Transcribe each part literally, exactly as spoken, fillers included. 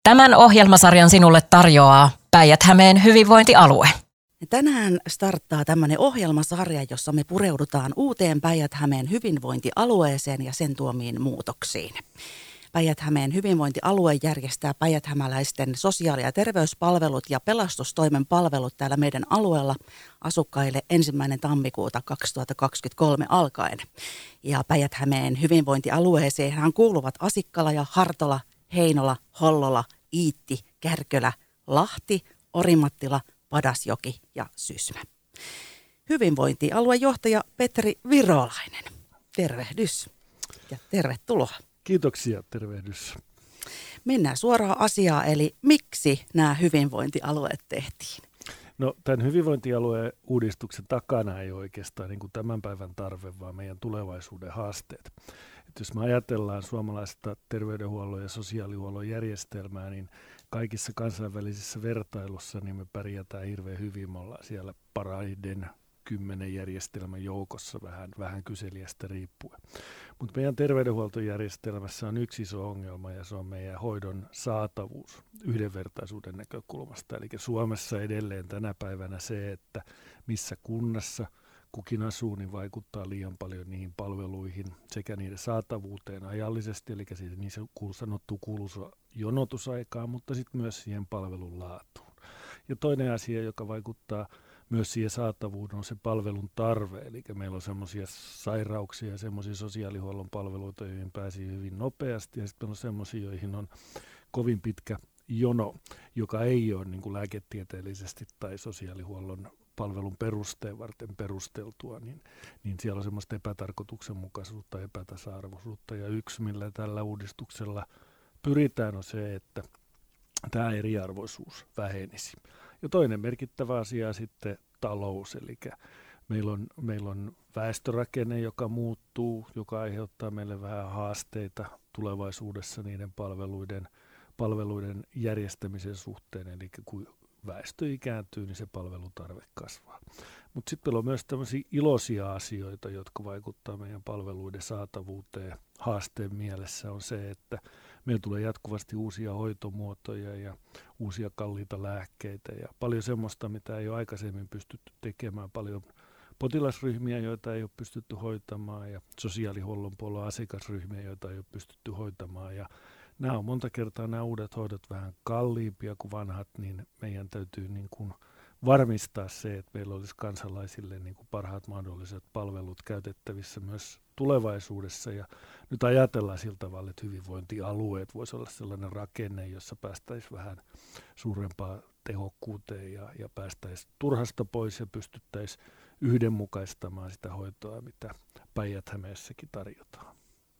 Tämän ohjelmasarjan sinulle tarjoaa Päijät-Hämeen hyvinvointialue. Tänään starttaa tämmöinen ohjelmasarja, jossa me pureudutaan uuteen Päijät-Hämeen hyvinvointialueeseen ja sen tuomiin muutoksiin. Päijät-Hämeen hyvinvointialue järjestää päijäthämäläisten sosiaali- ja terveyspalvelut ja pelastustoimen palvelut täällä meidän alueella asukkaille ensimmäinen tammikuuta kaksituhattakaksikymmentäkolme alkaen. Ja Päijät-Hämeen hyvinvointialueeseenhan kuuluvat Asikkala ja Hartola, Heinola, Hollola, Iitti, Kärkölä, Lahti, Orimattila, Padasjoki ja Sysmä. Hyvinvointialuejohtaja Petri Virolainen, tervehdys ja tervetuloa. Kiitoksia, tervehdys. Mennään suoraan asiaan, eli miksi nämä hyvinvointialueet tehtiin? No, tämän hyvinvointialueen uudistuksen takana ei ole oikeastaan niin kuin tämän päivän tarve, vaan meidän tulevaisuuden haasteet. Et jos me ajatellaan suomalaista terveydenhuollon ja sosiaalihuollon järjestelmää, niin kaikissa kansainvälisissä vertailussa niin me pärjätään hirveän hyvin. Me ollaan siellä parhaiden kymmenen järjestelmän joukossa vähän, vähän kyselijästä riippuen. Mutta meidän terveydenhuoltojärjestelmässä on yksi iso ongelma ja se on meidän hoidon saatavuus yhdenvertaisuuden näkökulmasta. Eli Suomessa edelleen tänä päivänä se, että missä kunnassa kukin asuu, niin vaikuttaa liian paljon niihin palveluihin sekä niiden saatavuuteen ajallisesti, eli siis niin sanottu kuuluisa jonotusaikaan, mutta sitten myös siihen palvelun laatuun. Ja toinen asia, joka vaikuttaa myös siihen saatavuuteen, on se palvelun tarve, eli meillä on semmoisia sairauksia ja semmoisia sosiaalihuollon palveluita, joihin pääsee hyvin nopeasti, ja sitten on semmoisia, joihin on kovin pitkä jono, joka ei ole niin kuin lääketieteellisesti tai sosiaalihuollon palvelun perusteen varten perusteltua, niin, niin siellä on semmoista epätarkoituksenmukaisuutta, epätasa-arvoisuutta, ja yksi, millä tällä uudistuksella pyritään, on se, että tämä eriarvoisuus vähenisi. Ja toinen merkittävä asia on sitten talous, eli meillä on, meillä on väestörakenne, joka muuttuu, joka aiheuttaa meille vähän haasteita tulevaisuudessa niiden palveluiden, palveluiden järjestämisen suhteen, eli kun väestö ikääntyy, niin se palvelutarve kasvaa. Mutta sitten meillä on myös tämmöisiä iloisia asioita, jotka vaikuttaa meidän palveluiden saatavuuteen. Haasteen mielessä on se, että meillä tulee jatkuvasti uusia hoitomuotoja ja uusia kalliita lääkkeitä ja paljon semmoista, mitä ei ole aikaisemmin pystytty tekemään. Paljon potilasryhmiä, joita ei ole pystytty hoitamaan ja sosiaalihuollon puolella asiakasryhmiä, joita ei ole pystytty hoitamaan. Ja nämä on monta kertaa nämä uudet hoidot vähän kalliimpia kuin vanhat, niin meidän täytyy niin kuin varmistaa se, että meillä olisi kansalaisille niin kuin parhaat mahdolliset palvelut käytettävissä myös tulevaisuudessa. Ja nyt ajatellaan sillä tavalla, että hyvinvointialueet voisi olla sellainen rakenne, jossa päästäisiin vähän suurempaan tehokkuuteen ja, ja päästäisiin turhasta pois ja pystyttäisiin yhdenmukaistamaan sitä hoitoa, mitä Päijät-Hämeessäkin tarjotaan.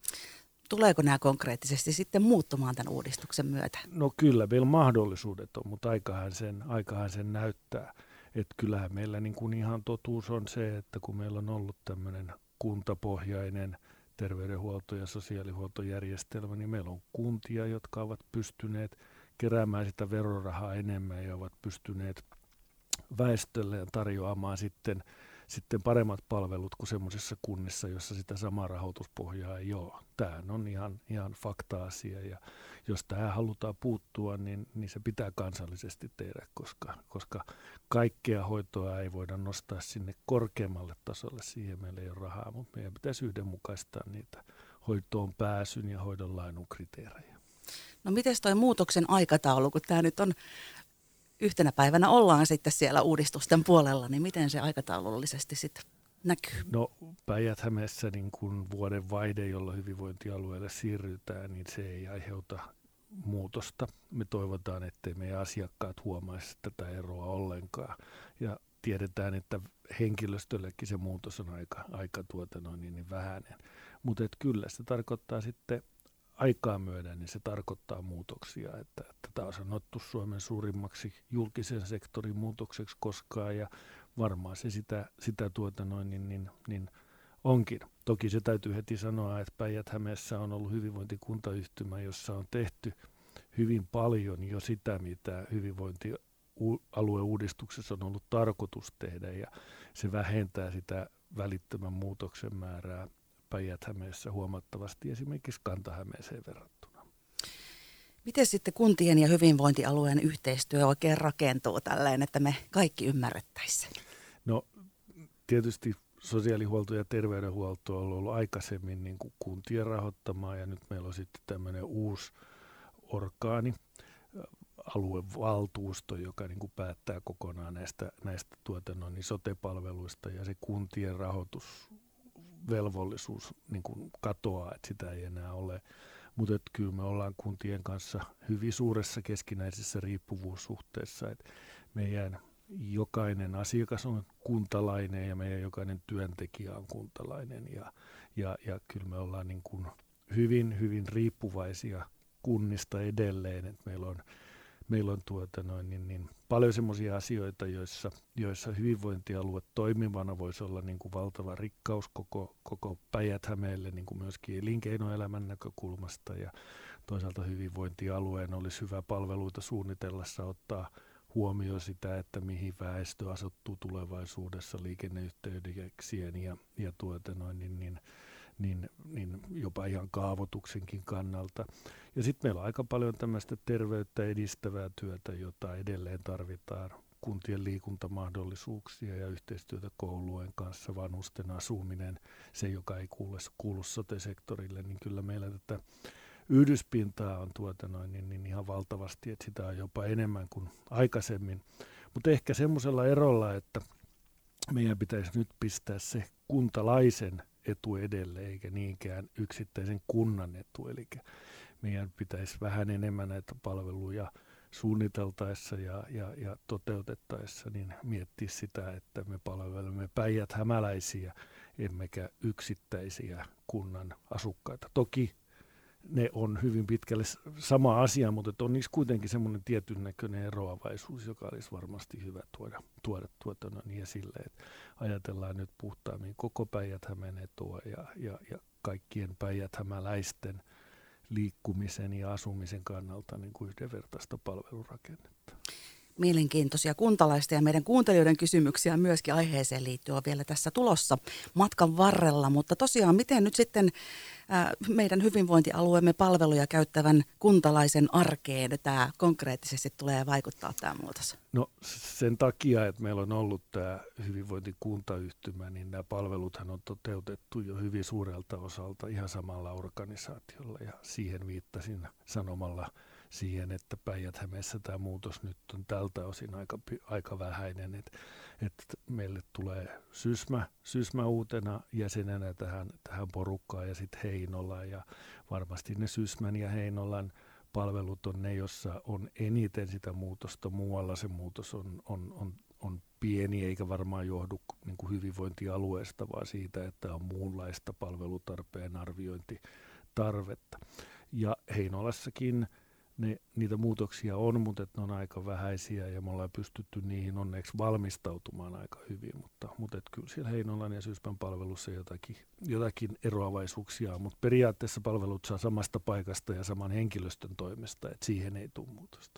Tuleeko nämä konkreettisesti sitten muuttumaan tämän uudistuksen myötä? No kyllä, meillä mahdollisuudet on, mutta aikahan sen, aikahan sen näyttää. Että kyllähän meillä niin kuin ihan totuus on se, että kun meillä on ollut tämmöinen kuntapohjainen terveydenhuolto- ja sosiaalihuoltojärjestelmä, niin meillä on kuntia, jotka ovat pystyneet keräämään sitä verorahaa enemmän ja ovat pystyneet väestölleen tarjoamaan sitten sitten paremmat palvelut kuin semmoisissa kunnissa, jossa sitä samaa rahoituspohjaa ei ole. Tämähän on ihan, ihan fakta-asia, ja jos tähän halutaan puuttua, niin, niin se pitää kansallisesti tehdä, koska, koska kaikkea hoitoa ei voida nostaa sinne korkeammalle tasolle, siihen meillä ei ole rahaa, mutta meidän pitäisi yhdenmukaistaa niitä hoitoon pääsyn ja hoidon laadun kriteerejä. No miten toi muutoksen aikataulu, kun tämä nyt on yhtenä päivänä ollaan sitten siellä uudistusten puolella, niin miten se aikataulullisesti sitten näkyy? No Päijät-Hämeessä niin kun vuoden vaihde, jolla hyvinvointialueelle siirrytään, niin se ei aiheuta muutosta. Me toivotaan, ettei meidän asiakkaat huomaisi tätä eroa ollenkaan. Ja tiedetään, että henkilöstöllekin se muutos on aika, aika tuota noin niin vähäinen. Mutta kyllä se tarkoittaa sitten aikaa myöden, niin se tarkoittaa muutoksia, että, että tämä on sanottu Suomen suurimmaksi julkisen sektorin muutokseksi koskaan, ja varmaan se sitä, sitä tuota noin, niin, niin, niin onkin. Toki se täytyy heti sanoa, että Päijät-Hämeessä on ollut hyvinvointikuntayhtymä, jossa on tehty hyvin paljon jo sitä, mitä hyvinvointialueuudistuksessa on ollut tarkoitus tehdä, ja se vähentää sitä välittömän muutoksen määrää Päijät-Hämeessä huomattavasti esimerkiksi Kanta-Hämeeseen verrattuna. Miten sitten kuntien ja hyvinvointialueen yhteistyö oikein rakentuu tälleen, että me kaikki ymmärrettäisiin? No tietysti sosiaalihuolto ja terveydenhuolto on ollut aikaisemmin niin kuin kuntien rahoittamaa ja nyt meillä on sitten tämmöinen uusi orgaani, aluevaltuusto, joka niin kuin päättää kokonaan näistä, näistä tuota, no, niin sote-palveluista ja se kuntien rahoitusvelvollisuus niin kuin katoaa, että sitä ei enää ole. Mutta kyllä me ollaan kuntien kanssa hyvin suuressa keskinäisessä riippuvuussuhteessa, että meidän jokainen asiakas on kuntalainen ja meidän jokainen työntekijä on kuntalainen ja, ja, ja kyllä me ollaan niin kuin hyvin, hyvin riippuvaisia kunnista edelleen, että meillä on, meillä on tuota noin, niin, niin paljon semmoisia asioita, joissa, joissa hyvinvointialue toimivana voisi olla niin kuin valtava rikkaus koko, koko Päijät-Hämeelle niin kuin myöskin elinkeinoelämän näkökulmasta ja toisaalta hyvinvointialueen olisi hyvä palveluita suunnitellessa ottaa huomioon sitä, että mihin väestö asettuu tulevaisuudessa liikenneyhteyksien ja, ja tuota noin, niin, niin, niin, niin jopa ihan kaavoituksenkin kannalta. Ja sitten meillä on aika paljon tämmöistä terveyttä edistävää työtä, jota edelleen tarvitaan. Kuntien liikuntamahdollisuuksia ja yhteistyötä koulujen kanssa, vanhusten asuminen, se joka ei kuulu, kuulu sote-sektorille, niin kyllä meillä tätä yhdyspintaa on tuota noin, niin, niin ihan valtavasti, että sitä on jopa enemmän kuin aikaisemmin. Mutta ehkä semmoisella erolla, että meidän pitäisi nyt pistää se kuntalaisen etu edelle, eikä niinkään yksittäisen kunnan etu. Eli meidän pitäisi vähän enemmän näitä palveluja suunniteltaessa ja, ja, ja toteutettaessa niin miettiä sitä, että me palvelemme päijät-hämäläisiä, emmekä yksittäisiä kunnan asukkaita. Toki ne on hyvin pitkälle sama asia, mutta on niissä kuitenkin semmoinen tietyn näköinen eroavaisuus, joka olisi varmasti hyvä tuoda, tuoda tuota niin esille. Että ajatellaan nyt puhtaammin koko Päijät-Hämeen etua ja, ja, ja kaikkien päijät-hämäläisten liikkumisen ja asumisen kannalta niin kuin yhdenvertaista palvelurakennetta. Mielenkiintoisia kuntalaisten ja meidän kuuntelijoiden kysymyksiä myöskin aiheeseen liittyen on vielä tässä tulossa matkan varrella, mutta tosiaan miten nyt sitten ää, meidän hyvinvointialueemme palveluja käyttävän kuntalaisen arkeen tämä konkreettisesti tulee vaikuttaa tämä muutos? No sen takia, että meillä on ollut tämä hyvinvointikuntayhtymä, niin nämä palveluthan on toteutettu jo hyvin suurelta osalta ihan samalla organisaatiolla ja siihen viittasin sanomalla siihen, että Päijät-Hämeessä tämä muutos nyt on tältä osin aika, aika vähäinen, että, että meille tulee Sysmä, Sysmä uutena jäsenenä tähän, tähän porukkaan ja sitten Heinola ja varmasti ne Sysmän ja Heinolan palvelut on ne, jossa on eniten sitä muutosta. Muualla se muutos on, on, on, on pieni eikä varmaan johdu niin kuin hyvinvointialueesta, vaan siitä, että on muunlaista palvelutarpeen arviointitarvetta. Ja Heinolassakin Ne, niitä muutoksia on, mutta ne on aika vähäisiä ja me ollaan pystytty niihin onneksi valmistautumaan aika hyvin, mutta, mutta et kyllä siellä Heinolan ja Sysmän palvelussa jotakin, jotakin eroavaisuuksia on, mutta periaatteessa palvelut saa samasta paikasta ja saman henkilöstön toimesta, että siihen ei tule muutosta.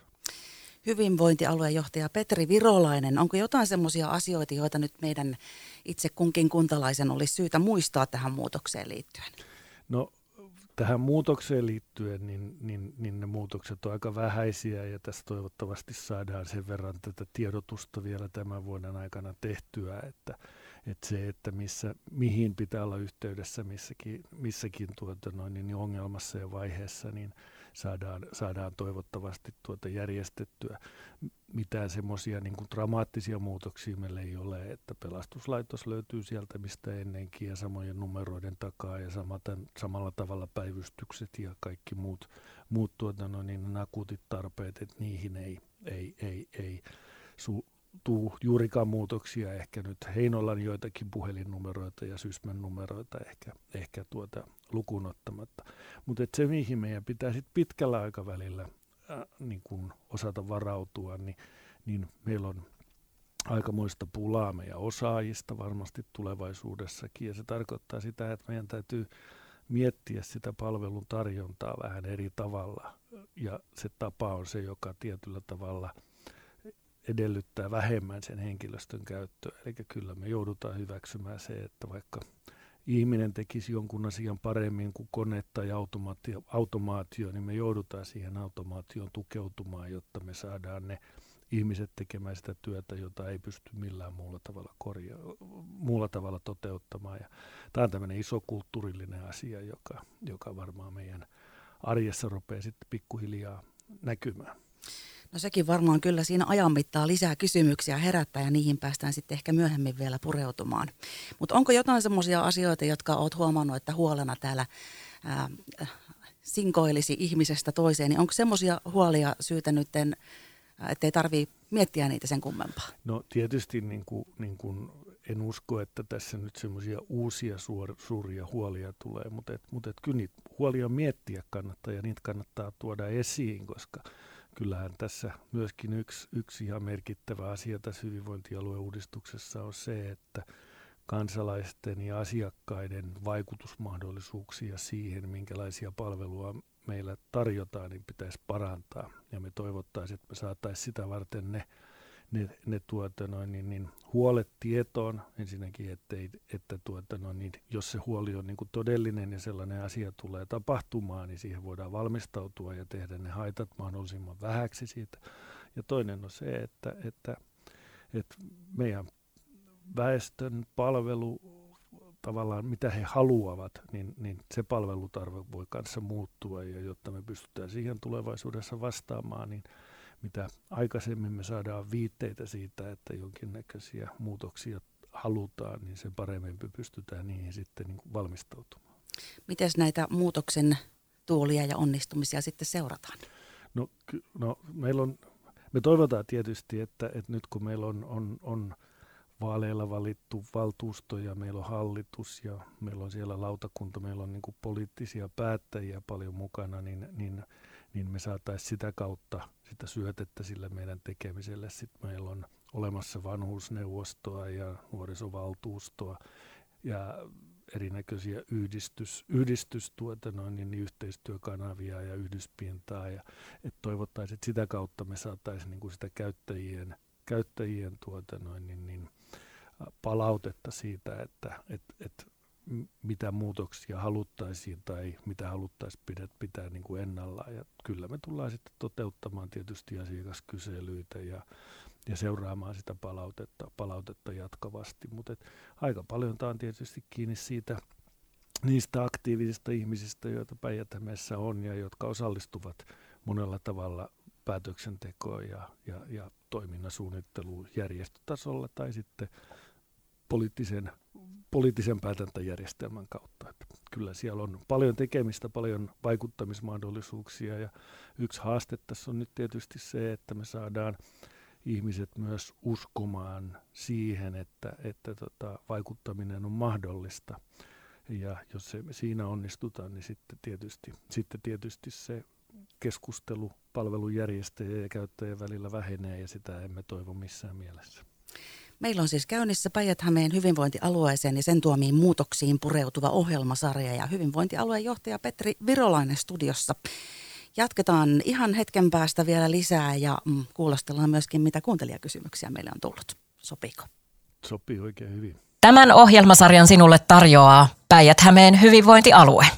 Hyvinvointialuejohtaja Petri Virolainen, onko jotain semmoisia asioita, joita nyt meidän itse kunkin kuntalaisen olisi syytä muistaa tähän muutokseen liittyen? No tähän muutokseen liittyen, niin, niin, niin ne muutokset on aika vähäisiä ja tässä toivottavasti saadaan sen verran tätä tiedotusta vielä tämän vuoden aikana tehtyä, että, että se, että missä, mihin pitää olla yhteydessä missäkin, missäkin tuota noin, niin ongelmassa ja vaiheessa, niin saadaan, saadaan toivottavasti tuota järjestettyä. Mitään semmoisia niin kuin dramaattisia muutoksia meillä ei ole, että pelastuslaitos löytyy sieltä mistä ennenkin ja samojen numeroiden takaa ja samaten, samalla tavalla päivystykset ja kaikki muut, muut tuota, no niin, akuutit tarpeet, että niihin ei, ei, ei, ei su, tuu juurikaan muutoksia. Ehkä nyt Heinolan joitakin puhelinnumeroita ja Sysmän numeroita ehkä, ehkä tuota lukuun ottamatta. Mutta se, mihin meidän pitää sit pitkällä aikavälillä äh, niin kun osata varautua, niin, niin meillä on aikamoista pulaa meidän osaajista varmasti tulevaisuudessakin. Ja se tarkoittaa sitä, että meidän täytyy miettiä sitä palvelun tarjontaa vähän eri tavalla. Ja se tapa on se, joka tietyllä tavalla edellyttää vähemmän sen henkilöstön käyttöä. Eli kyllä me joudutaan hyväksymään se, että vaikka ihminen tekisi jonkun asian paremmin kuin kone tai automaatio, automaatio, niin me joudutaan siihen automaatioon tukeutumaan, jotta me saadaan ne ihmiset tekemään sitä työtä, jota ei pysty millään muulla tavalla, korja- muulla tavalla toteuttamaan. Ja tämä on tämmöinen iso kulttuurillinen asia, joka, joka varmaan meidän arjessa rupeaa sitten pikkuhiljaa näkymään. No sekin varmaan kyllä siinä ajan mittaan lisää kysymyksiä herättää ja niihin päästään sitten ehkä myöhemmin vielä pureutumaan. Mutta onko jotain semmoisia asioita, jotka olet huomannut, että huolena täällä ää, sinkoilisi ihmisestä toiseen, niin onko semmoisia huolia syytä nytten, ettei tarvitse miettiä niitä sen kummempaa? No tietysti niin kuin, niin kuin en usko, että tässä nyt semmoisia uusia suor, suuria huolia tulee, mutta, et, mutta et kyllä niitä huolia miettiä kannattaa ja niitä kannattaa tuoda esiin, koska kyllähän tässä myöskin yksi, yksi ihan merkittävä asia tässä hyvinvointialueuudistuksessa on se, että kansalaisten ja asiakkaiden vaikutusmahdollisuuksia siihen, minkälaisia palvelua meillä tarjotaan, niin pitäisi parantaa. Ja me toivottaisiin, että me saataisiin sitä varten ne, ne, ne tuota noin, niin, niin, huolet tietoon. Ensinnäkin, ettei, että tuota noin, niin, jos se huoli on niin kuin todellinen ja sellainen asia tulee tapahtumaan, niin siihen voidaan valmistautua ja tehdä ne haitat mahdollisimman vähäksi siitä. Ja toinen on se, että, että, että meidän väestön palvelu, tavallaan mitä he haluavat, niin, niin se palvelutarve voi kanssa muuttua, ja jotta me pystytään siihen tulevaisuudessa vastaamaan, niin mitä aikaisemmin me saadaan viitteitä siitä, että jonkinnäköisiä muutoksia halutaan, niin sen paremmin me pystytään niihin sitten niin kuin valmistautumaan. Miten näitä muutoksen tuulia ja onnistumisia sitten seurataan? No, no meillä on, me toivotaan tietysti, että, että nyt kun meillä on, on, on vaaleilla valittu valtuusto ja meillä on hallitus ja meillä on siellä lautakunta, meillä on niin kuin poliittisia päättäjiä paljon mukana, niin, niin, niin me saataisiin sitä kautta sitä syötettä sille meidän tekemiselle. Sitten meillä on olemassa vanhuusneuvostoa ja nuorisovaltuustoa ja erinäköisiä yhdistys, yhdistys tuota noin, niin yhteistyökanavia ja yhdyspintaa. Ja, et toivottaisiin, että sitä kautta me saataisiin niin kuin sitä käyttäjien, käyttäjien tuota noin, niin, niin, palautetta siitä, että et, et, mitä muutoksia haluttaisiin tai mitä haluttaisiin pitää, pitää niin kuin ennallaan. Ja kyllä me tullaan sitten toteuttamaan tietysti asiakaskyselyitä ja, ja seuraamaan sitä palautetta, palautetta jatkavasti. Mutta aika paljon tämä on tietysti kiinni siitä, niistä aktiivisista ihmisistä, joita Päijät-Hämeessä on ja jotka osallistuvat monella tavalla päätöksentekoon ja, ja, ja toiminnan suunnitteluun järjestötasolla tai sitten poliittisen, poliittisen päätäntäjärjestelmän kautta. Että kyllä siellä on paljon tekemistä, paljon vaikuttamismahdollisuuksia ja yksi haaste tässä on nyt tietysti se, että me saadaan ihmiset myös uskomaan siihen, että, että tota, vaikuttaminen on mahdollista. Ja jos se, siinä onnistutaan, niin sitten tietysti, sitten tietysti se keskustelu palvelujärjestäjien ja käyttäjien välillä vähenee ja sitä emme toivo missään mielessä. Meillä on siis käynnissä Päijät-Hämeen hyvinvointialueeseen ja sen tuomiin muutoksiin pureutuva ohjelmasarja ja hyvinvointialueen johtaja Petri Virolainen studiossa. Jatketaan ihan hetken päästä vielä lisää ja mm, kuulostellaan myöskin, mitä kuuntelijakysymyksiä meille on tullut. Sopiiko? Sopii oikein hyvin. Tämän ohjelmasarjan sinulle tarjoaa Päijät-Hämeen hyvinvointialue.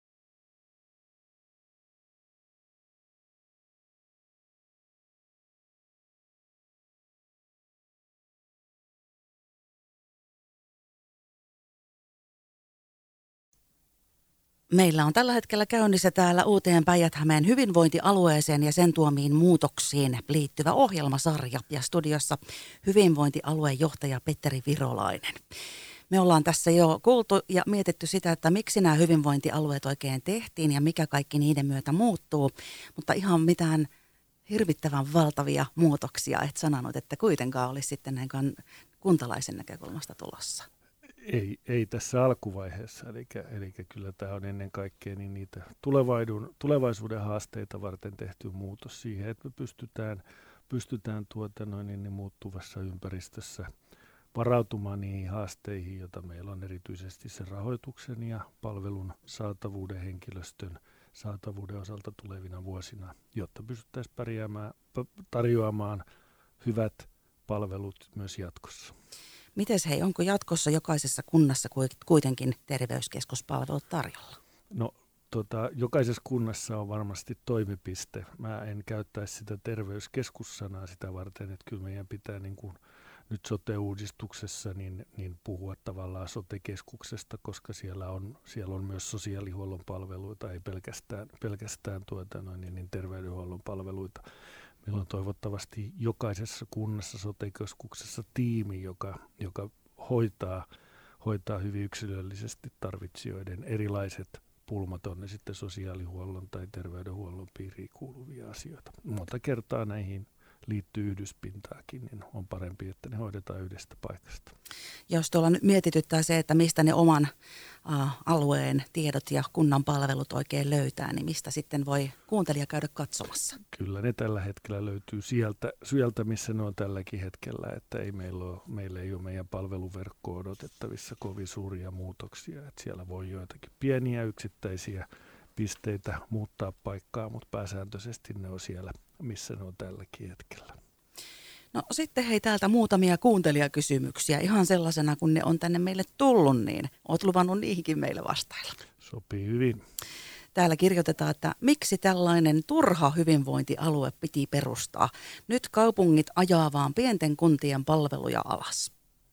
Meillä on tällä hetkellä käynnissä täällä uuteen Päijät-Hämeen hyvinvointialueeseen ja sen tuomiin muutoksiin liittyvä ohjelmasarja ja studiossa hyvinvointialueen johtaja Petteri Virolainen. Me ollaan tässä jo kuultu ja mietitty sitä, että miksi nämä hyvinvointialueet oikein tehtiin ja mikä kaikki niiden myötä muuttuu, mutta ihan mitään hirvittävän valtavia muutoksia et sanonut, että kuitenkaan olisi sitten näin kuntalaisen näkökulmasta tulossa. Ei, ei tässä alkuvaiheessa, eli, eli kyllä tämä on ennen kaikkea niin niitä tulevaisuuden, tulevaisuuden haasteita varten tehty muutos siihen, että me pystytään, pystytään tuota noin, niin muuttuvassa ympäristössä varautumaan niihin haasteihin, joita meillä on erityisesti sen rahoituksen ja palvelun saatavuuden, henkilöstön saatavuuden osalta tulevina vuosina, jotta pystyttäisiin pärjäämään, tarjoamaan hyvät palvelut myös jatkossa. Mites hei, onko jatkossa jokaisessa kunnassa kuitenkin terveyskeskuspalvelut tarjolla? No tota, jokaisessa kunnassa on varmasti toimipiste. Mä en käyttäisi sitä terveyskeskussanaa sitä varten, että kyllä meidän pitää niin kuin nyt sote-uudistuksessa niin, niin puhua tavallaan sote-keskuksesta, koska siellä on, siellä on myös sosiaalihuollon palveluita, ei pelkästään, pelkästään tuota, noin, niin, niin terveydenhuollon palveluita. Meillä on toivottavasti jokaisessa kunnassa sote-keskuksessa tiimi, joka, joka hoitaa, hoitaa hyvin yksilöllisesti tarvitsijoiden erilaiset pulmat, on ne sitten sosiaalihuollon tai terveydenhuollon piiriin kuuluvia asioita. Monta kertaa näihin liittyy yhdyspintaakin, niin on parempi, että ne hoidetaan yhdestä paikasta. Jos tuolla nyt mietityttää se, että mistä ne oman uh, alueen tiedot ja kunnan palvelut oikein löytää, niin mistä sitten voi kuuntelija käydä katsomassa? Kyllä ne tällä hetkellä löytyy sieltä, sieltä missä ne on tälläkin hetkellä, että ei meillä, ole, meillä ei ole meidän palveluverkkoon odotettavissa kovin suuria muutoksia. Että siellä voi joitakin pieniä yksittäisiä pisteitä muuttaa paikkaa, mutta pääsääntöisesti ne on siellä, missä ne on tälläkin hetkellä. No sitten hei täältä muutamia kuuntelijakysymyksiä, ihan sellaisena kun ne on tänne meille tullut, niin oot luvannut niihinkin meille vastailla. Sopii hyvin. Täällä kirjoitetaan, että miksi tällainen turha hyvinvointialue piti perustaa? Nyt kaupungit ajaa vaan pienten kuntien palveluja alas.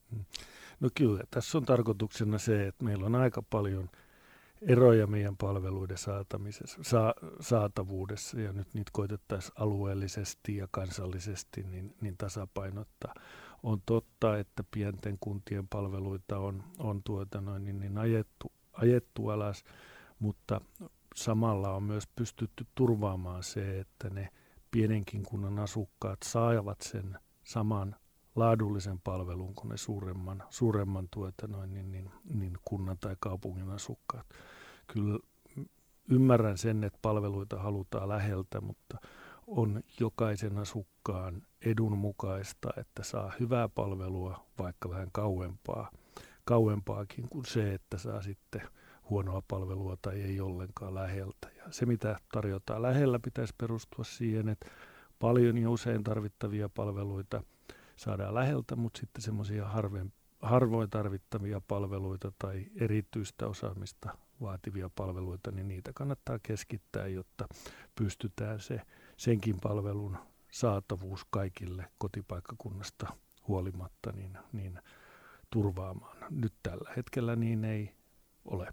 No kyllä, tässä on tarkoituksena se, että meillä on aika paljon eroja meidän palveluiden saa, saatavuudessa ja nyt niitä koitettaisiin alueellisesti ja kansallisesti niin, niin tasapainottaa. On totta, että pienten kuntien palveluita on, on tuota noin, niin, niin ajettu, ajettu alas, mutta samalla on myös pystytty turvaamaan se, että ne pienenkin kunnan asukkaat saavat sen saman laadullisen palvelun kuin ne suuremman, suuremman tuota noin, niin, niin, niin kunnan tai kaupungin asukkaat. Kyllä ymmärrän sen, että palveluita halutaan läheltä, mutta on jokaisen asukkaan edun mukaista, että saa hyvää palvelua, vaikka vähän kauempaa, kauempaakin kuin se, että saa sitten huonoa palvelua tai ei ollenkaan läheltä. Ja se, mitä tarjotaan lähellä, pitäisi perustua siihen, että paljon ja usein tarvittavia palveluita saadaan läheltä, mutta sitten semmoisia harvoin tarvittavia palveluita tai erityistä osaamista vaativia palveluita, niin niitä kannattaa keskittää, jotta pystytään se senkin palvelun saatavuus kaikille kotipaikkakunnasta huolimatta niin, niin turvaamaan. Nyt tällä hetkellä niin ei ole.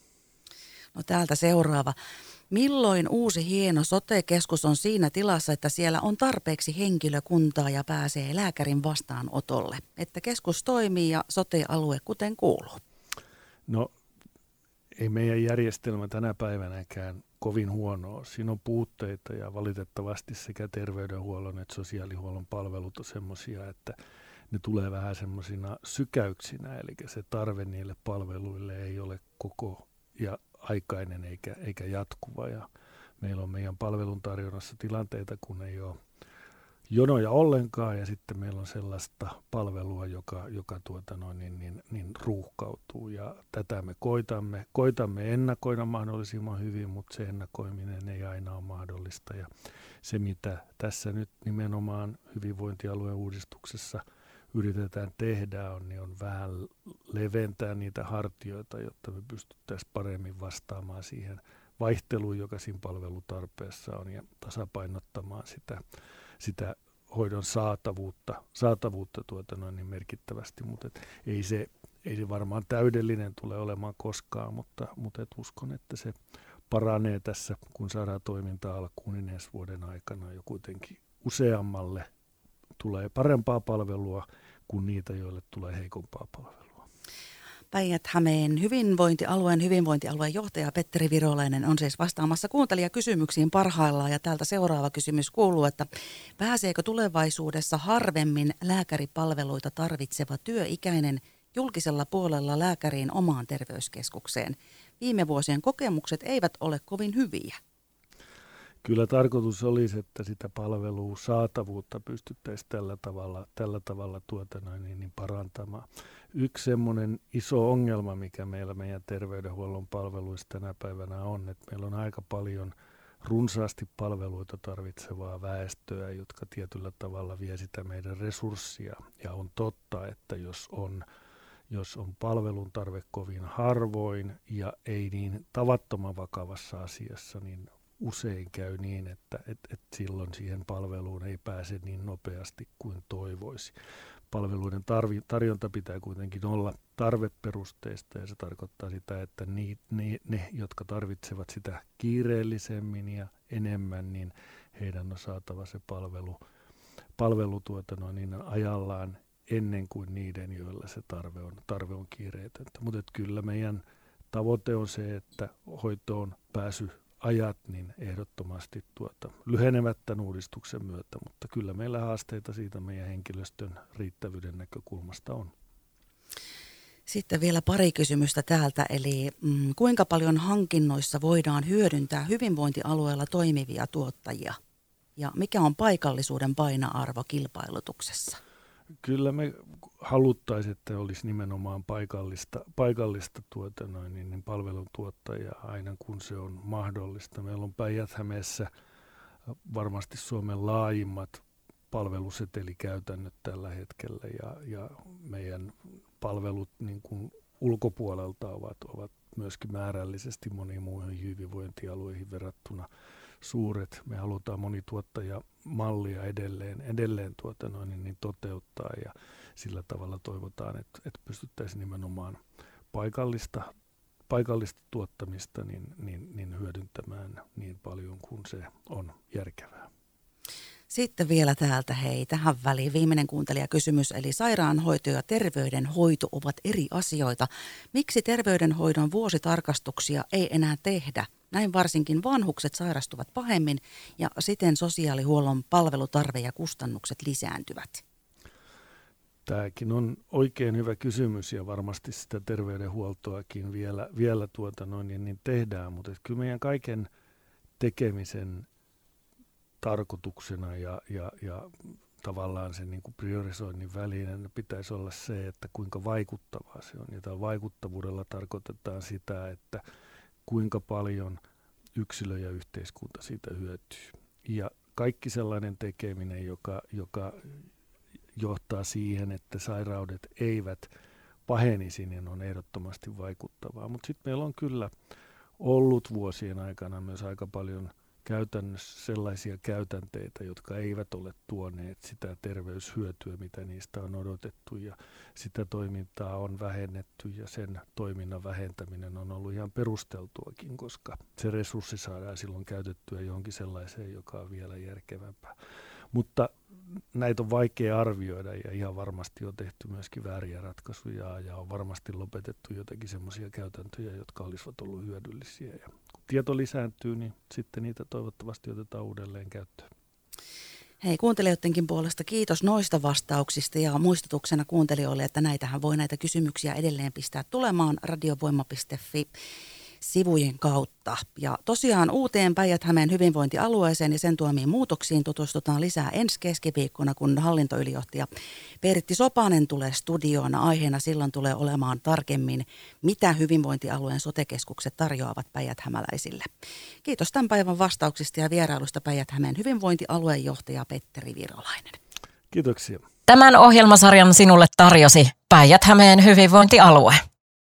No täältä seuraava. Milloin uusi hieno sote-keskus on siinä tilassa, että siellä on tarpeeksi henkilökuntaa ja pääsee lääkärin vastaanotolle? Että keskus toimii ja sote-alue kuten kuuluu? No ei meidän järjestelmä tänä päivänäkään kovin huonoa. Siinä on puutteita ja valitettavasti sekä terveydenhuollon että sosiaalihuollon palvelut on semmoisia, että ne tulee vähän semmoisina sykäyksinä, eli se tarve niille palveluille ei ole koko ja aikainen eikä, eikä jatkuva. Ja meillä on meidän palveluntarjonnassa tilanteita, kun ei ole jonoja ollenkaan, ja sitten meillä on sellaista palvelua, joka, joka tuota noin, niin, niin, niin ruuhkautuu. Ja tätä me koitamme, koitamme ennakoida mahdollisimman hyvin, mutta se ennakoiminen ei aina ole mahdollista. Ja se, mitä tässä nyt nimenomaan hyvinvointialueen uudistuksessa yritetään tehdä, on, niin on vähän leventää niitä hartioita, jotta me pystyttäisiin paremmin vastaamaan siihen vaihteluun, joka siinä palvelutarpeessa on, ja tasapainottamaan sitä, sitä hoidon saatavuutta, saatavuutta tuota noin niin merkittävästi, mutta et ei, se, ei se varmaan täydellinen tule olemaan koskaan, mutta, mutta et uskon, että se paranee tässä, kun saadaan toiminta alkuun, niin ensi vuoden aikana jo kuitenkin useammalle tulee parempaa palvelua kuin niitä, joille tulee heikompaa palvelua. Päijät-Hämeen hyvinvointialueen hyvinvointialueen johtaja Petteri Virolainen on siis vastaamassa kuuntelijakysymyksiin parhaillaan. Ja täältä seuraava kysymys kuuluu, että pääseekö tulevaisuudessa harvemmin lääkäripalveluita tarvitseva työikäinen julkisella puolella lääkäriin omaan terveyskeskukseen? Viime vuosien kokemukset eivät ole kovin hyviä. Kyllä tarkoitus olisi, että sitä palvelua saatavuutta pystyttäisiin tällä tavalla, tällä tavalla tuota noin, niin, niin parantamaan. Yksi semmoinen iso ongelma, mikä meillä meidän terveydenhuollon palveluissa tänä päivänä on, että meillä on aika paljon runsaasti palveluita tarvitsevaa väestöä, jotka tietyllä tavalla vie sitä meidän resurssia. Ja on totta, että jos on, jos on palvelun tarve kovin harvoin ja ei niin tavattoman vakavassa asiassa, niin usein käy niin, että et, et silloin siihen palveluun ei pääse niin nopeasti kuin toivoisi. Palveluiden tarvi, tarjonta pitää kuitenkin olla tarveperusteista ja se tarkoittaa sitä, että ni, ni, ne, jotka tarvitsevat sitä kiireellisemmin ja enemmän, niin heidän on saatava se palvelu, palvelu tuota noin, niin ajallaan ennen kuin niiden, joilla se tarve on, tarve on kiireetöntä. Mutta kyllä meidän tavoite on se, että hoitoon pääsy ajat niin ehdottomasti tuota, lyhenevät tämän uudistuksen myötä, mutta kyllä meillä haasteita siitä meidän henkilöstön riittävyyden näkökulmasta on. Sitten vielä pari kysymystä täältä, eli mm, kuinka paljon hankinnoissa voidaan hyödyntää hyvinvointialueella toimivia tuottajia ja mikä on paikallisuuden painoarvo kilpailutuksessa? Kyllä me haluttaisiin, että olisi nimenomaan paikallista, paikallista tuota noin, niin, niin palveluntuottajaa aina kun se on mahdollista. Meillä on Päijät-Hämeessä varmasti Suomen laajimmat palvelusetelikäytännöt tällä hetkellä ja, ja meidän palvelut niin kuin ulkopuolelta ovat, ovat myöskin määrällisesti moniin muihin hyvinvointialueihin verrattuna suuret. Me halutaan monituottajamallia edelleen, edelleen tuota noin, niin toteuttaa ja sillä tavalla toivotaan, että, että pystyttäisiin nimenomaan paikallista, paikallista tuottamista niin, niin, niin hyödyntämään niin paljon kuin se on järkevää. Sitten vielä täältä hei, tähän väliin viimeinen kuuntelijakysymys, eli sairaanhoito ja terveydenhoito ovat eri asioita. Miksi terveydenhoidon vuositarkastuksia ei enää tehdä? Näin varsinkin vanhukset sairastuvat pahemmin ja siten sosiaalihuollon palvelutarve ja kustannukset lisääntyvät. Tämäkin on oikein hyvä kysymys ja varmasti sitä terveydenhuoltoakin vielä, vielä tuota noin, niin, niin tehdään, mutta kyllä meidän kaiken tekemisen tarkoituksena ja, ja, ja tavallaan sen niin kuin priorisoinnin välineenä pitäisi olla se, että kuinka vaikuttavaa se on. Ja tällä vaikuttavuudella tarkoitetaan sitä, että kuinka paljon yksilö ja yhteiskunta siitä hyötyy. Ja kaikki sellainen tekeminen, joka, joka johtaa siihen, että sairaudet eivät pahenisi, niin on ehdottomasti vaikuttavaa. Mutta sitten meillä on kyllä ollut vuosien aikana myös aika paljon käytännössä sellaisia käytänteitä, jotka eivät ole tuoneet sitä terveyshyötyä, mitä niistä on odotettu ja sitä toimintaa on vähennetty ja sen toiminnan vähentäminen on ollut ihan perusteltuakin, koska se resurssi saadaan silloin käytettyä johonkin sellaiseen, joka on vielä järkevämpää. Mutta näitä on vaikea arvioida ja ihan varmasti on tehty myöskin vääriä ratkaisuja ja on varmasti lopetettu jotakin semmoisia käytäntöjä, jotka olisivat ollut hyödyllisiä. Ja kun tieto lisääntyy, niin sitten niitä toivottavasti otetaan uudelleen käyttöön. Hei, kuuntelijoidenkin puolesta kiitos noista vastauksista ja muistutuksena kuuntelijoille, että näitähän voi näitä kysymyksiä edelleen pistää tulemaan radiovoima piste fi sivujen kautta. Ja tosiaan uuteen Päijät-Hämeen hyvinvointialueeseen ja sen tuomiin muutoksiin tutustutaan lisää ensi keskiviikkona, kun hallintoylijohtaja Pertti Sopanen tulee studioon. Aiheena silloin tulee olemaan tarkemmin, mitä hyvinvointialueen sote-keskukset tarjoavat päijät-hämäläisille. Kiitos tämän päivän vastauksista ja vierailusta Päijät-Hämeen hyvinvointialueen johtaja Petteri Virolainen. Kiitoksia. Tämän ohjelmasarjan sinulle tarjosi Päijät-Hämeen hyvinvointialue.